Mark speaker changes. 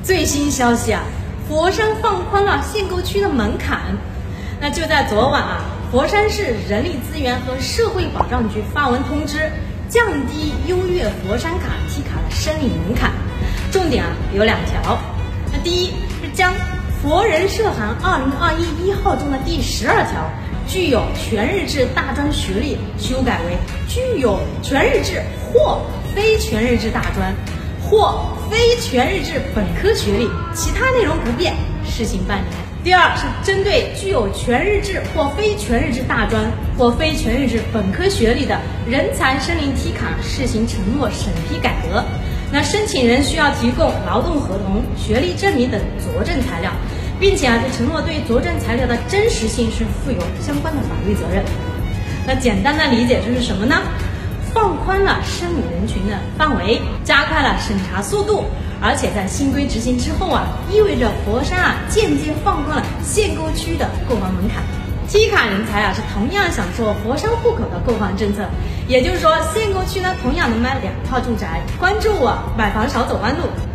Speaker 1: 最新消息啊，佛山放宽了限购区的门槛。那就在昨晚啊，佛山市人力资源和社会保障局发文通知，降低优越佛山卡 T 卡的申领门槛。重点啊有2条。那第一是将佛人社函2021 1号中的第12条，具有全日制大专学历修改为具有全日制或非全日制大专或非全日制本科学历，其他内容不变，试行半年。第二是针对具有全日制或非全日制大专或非全日制本科学历的人才申领 T 卡试行承诺审批改革。那申请人需要提供劳动合同、学历证明等佐证材料，并且这承诺对佐证材料的真实性是负有相关的法律责任。那简单的理解就是什么呢？放宽了申领人群的范围，加快了审查速度，而且在新规执行之后啊，意味着佛山啊间接放宽了限购区的购房门槛。T 卡人才啊是同样享受佛山户口的购房政策，也就是说限购区呢同样能买2套住宅。关注我，买房少走弯路。